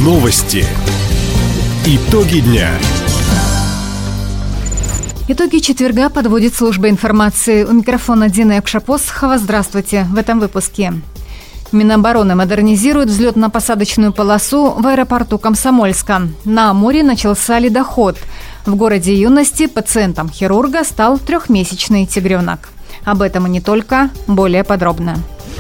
Новости. Итоги дня. Итоги четверга подводит служба информации. У микрофона Дина Якшапосхова. Здравствуйте. В этом выпуске. Минобороны модернизирует взлетно-посадочную полосу в аэропорту Комсомольска. На море начался ледоход. В городе Юности пациентом хирурга стал 3-месячный тигренок. Об этом и не только, более подробно.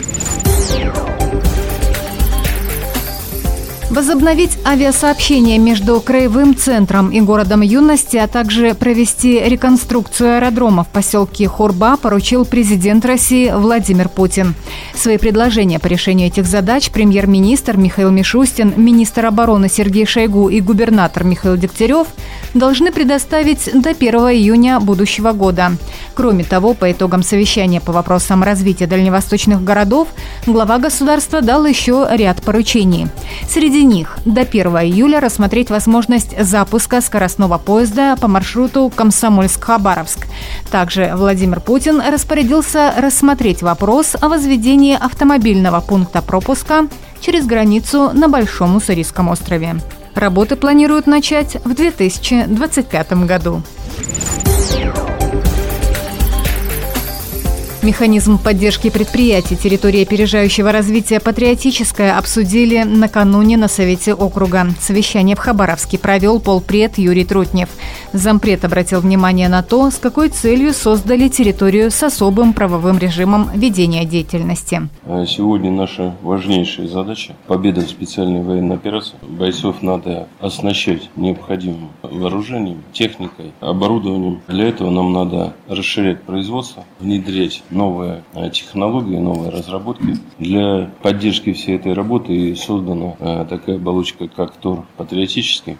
Возобновить авиасообщение между Краевым центром и городом Юности, а также провести реконструкцию аэродрома в поселке Хурба поручил президент России Владимир Путин. Свои предложения по решению этих задач премьер-министр Михаил Мишустин, министр обороны Сергей Шойгу и губернатор Михаил Дегтярев должны предоставить до 1 июня будущего года. Кроме того, по итогам совещания по вопросам развития дальневосточных городов глава государства дал еще ряд поручений. Среди них до 1 июля рассмотреть возможность запуска скоростного поезда по маршруту Комсомольск-Хабаровск. Также Владимир Путин распорядился рассмотреть вопрос о возведении автомобильного пункта пропуска через границу на Большом Уссурийском острове. Работы планируют начать в 2025 году. Механизм поддержки предприятий территории опережающего развития «Патриотическая» обсудили накануне на Совете округа. Совещание в Хабаровске провел полпред Юрий Трутнев. Зампред обратил внимание на то, с какой целью создали территорию с особым правовым режимом ведения деятельности. Сегодня наша важнейшая задача – победа в специальной военной операции. Бойцов надо оснащать необходимым вооружением, техникой, оборудованием. Для этого нам надо расширять производство, внедрять новые технологии, новые разработки. Для поддержки всей этой работы создана такая оболочка, как ТОР «Патриотический».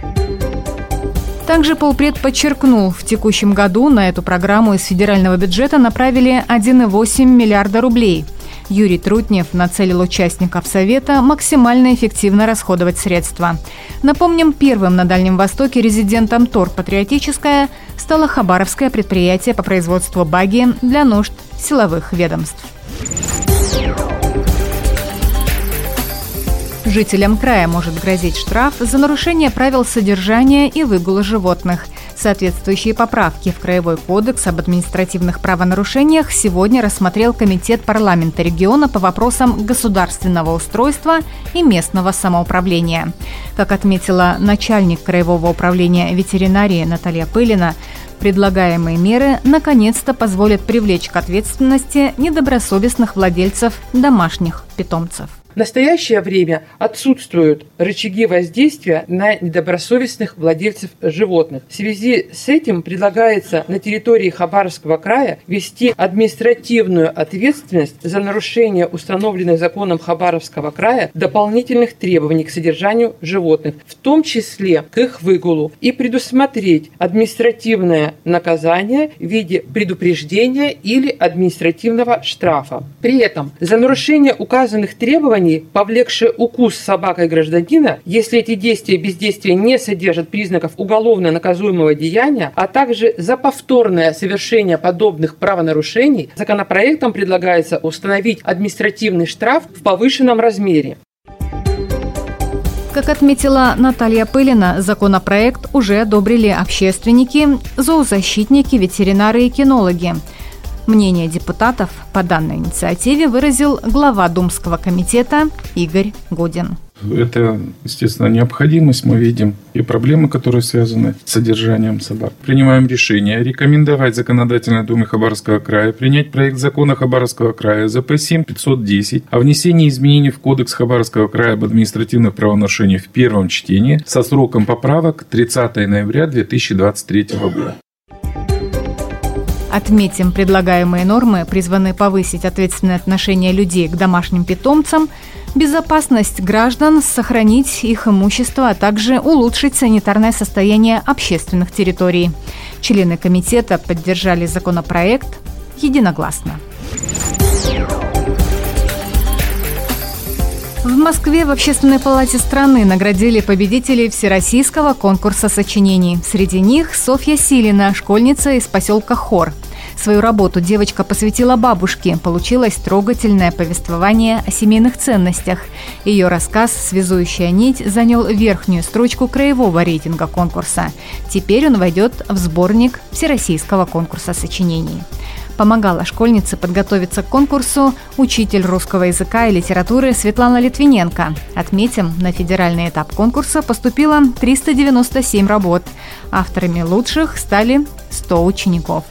Также полпред подчеркнул, в текущем году на эту программу из федерального бюджета направили 1,8 миллиарда рублей. Юрий Трутнев нацелил участников Совета максимально эффективно расходовать средства. Напомним, первым на Дальнем Востоке резидентом ТОР «Патриотическая» стало хабаровское предприятие по производству баги для нужд силовых ведомств. Жителям края может грозить штраф за нарушение правил содержания и выгула животных. Соответствующие поправки в Краевой кодекс об административных правонарушениях сегодня рассмотрел Комитет парламента региона по вопросам государственного устройства и местного самоуправления. Как отметила начальник Краевого управления ветеринарии Наталья Пылина, предлагаемые меры наконец-то позволят привлечь к ответственности недобросовестных владельцев домашних питомцев. В настоящее время отсутствуют рычаги воздействия на недобросовестных владельцев животных. В связи с этим предлагается на территории Хабаровского края ввести административную ответственность за нарушение установленных законом Хабаровского края дополнительных требований к содержанию животных, в том числе к их выгулу, и предусмотреть административное наказание в виде предупреждения или административного штрафа. При этом за нарушение указанных требований, повлекшее укус собакой гражданина, если эти действия и бездействия не содержат признаков уголовно наказуемого деяния, а также за повторное совершение подобных правонарушений, законопроектом предлагается установить административный штраф в повышенном размере. Как отметила Наталья Пылина, законопроект уже одобрили общественники, зоозащитники, ветеринары и кинологи. Мнение депутатов по данной инициативе выразил глава Думского комитета Игорь Гудин. Это, естественно, необходимость, мы видим, и проблемы, которые связаны с содержанием собак. Принимаем решение рекомендовать Законодательной Думе Хабаровского края принять проект закона Хабаровского края ЗП-7/510 о внесении изменений в Кодекс Хабаровского края об административных правонарушениях в первом чтении со сроком поправок 30 ноября 2023 года. Отметим, предлагаемые нормы призваны повысить ответственное отношение людей к домашним питомцам, безопасность граждан, сохранить их имущество, а также улучшить санитарное состояние общественных территорий. Члены комитета поддержали законопроект единогласно. В Москве в Общественной палате страны наградили победителей всероссийского конкурса сочинений. Среди них Софья Силина, школьница из поселка Хор. Свою работу девочка посвятила бабушке. Получилось трогательное повествование о семейных ценностях. Ее рассказ «Связующая нить» занял верхнюю строчку краевого рейтинга конкурса. Теперь он войдет в сборник Всероссийского конкурса сочинений. Помогала школьнице подготовиться к конкурсу учитель русского языка и литературы Светлана Литвиненко. Отметим, на федеральный этап конкурса поступило 397 работ. Авторами лучших стали 100 учеников.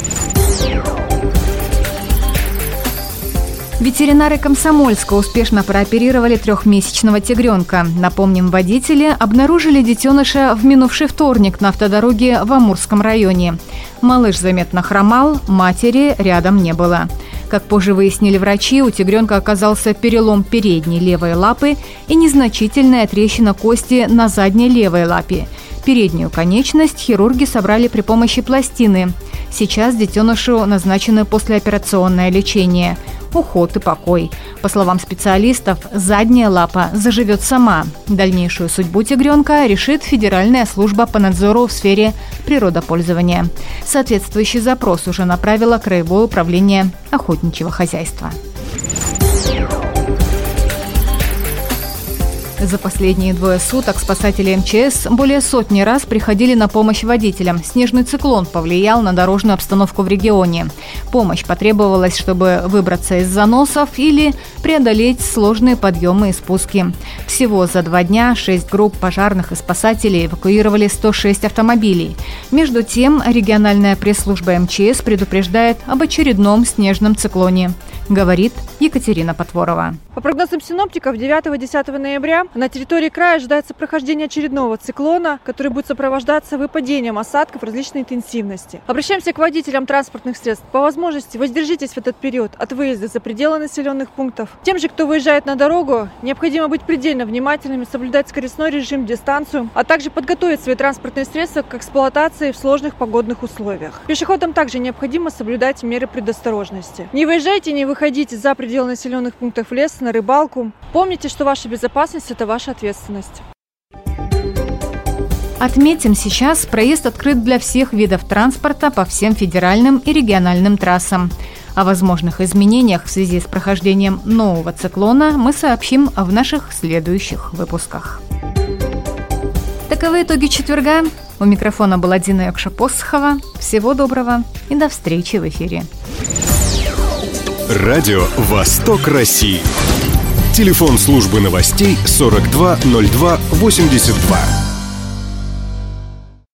Ветеринары Комсомольска успешно прооперировали 3-месячного тигренка. Напомним, водители обнаружили детеныша в минувший вторник на автодороге в Амурском районе. Малыш заметно хромал, матери рядом не было. Как позже выяснили врачи, у тигренка оказался перелом передней левой лапы и незначительная трещина кости на задней левой лапе. Переднюю конечность хирурги собрали при помощи пластины. Сейчас детенышу назначено послеоперационное лечение. Уход и покой. По словам специалистов, задняя лапа заживет сама. Дальнейшую судьбу тигренка решит Федеральная служба по надзору в сфере природопользования. Соответствующий запрос уже направило Краевое управление охотничьего хозяйства. За последние 2 суток спасатели МЧС более сотни раз приходили на помощь водителям. Снежный циклон повлиял на дорожную обстановку в регионе. Помощь потребовалась, чтобы выбраться из заносов или преодолеть сложные подъемы и спуски. Всего за 2 дня 6 групп пожарных и спасателей эвакуировали 106 автомобилей. Между тем, региональная пресс-служба МЧС предупреждает об очередном снежном циклоне. Говорит Екатерина Потворова. По прогнозам синоптиков, 9-10 ноября на территории края ожидается прохождение очередного циклона, который будет сопровождаться выпадением осадков различной интенсивности. Обращаемся к водителям транспортных средств. По возможности воздержитесь в этот период от выезда за пределы населенных пунктов. Тем же, кто выезжает на дорогу, необходимо быть предельно внимательными, соблюдать скоростной режим, дистанцию, а также подготовить свои транспортные средства к эксплуатации в сложных погодных условиях. Пешеходам также необходимо соблюдать меры предосторожности. Не выезжайте, не выходите за пределы населенных пунктов в лес, на рыбалку. Помните, что ваша безопасность – это ваша ответственность. Отметим, сейчас проезд открыт для всех видов транспорта по всем федеральным и региональным трассам. О возможных изменениях в связи с прохождением нового циклона мы сообщим в наших следующих выпусках. Таковы итоги четверга. У микрофона была Дина Якша-Посохова. Всего доброго и до встречи в эфире. Радио «Восток России». Телефон службы новостей 42 02 82.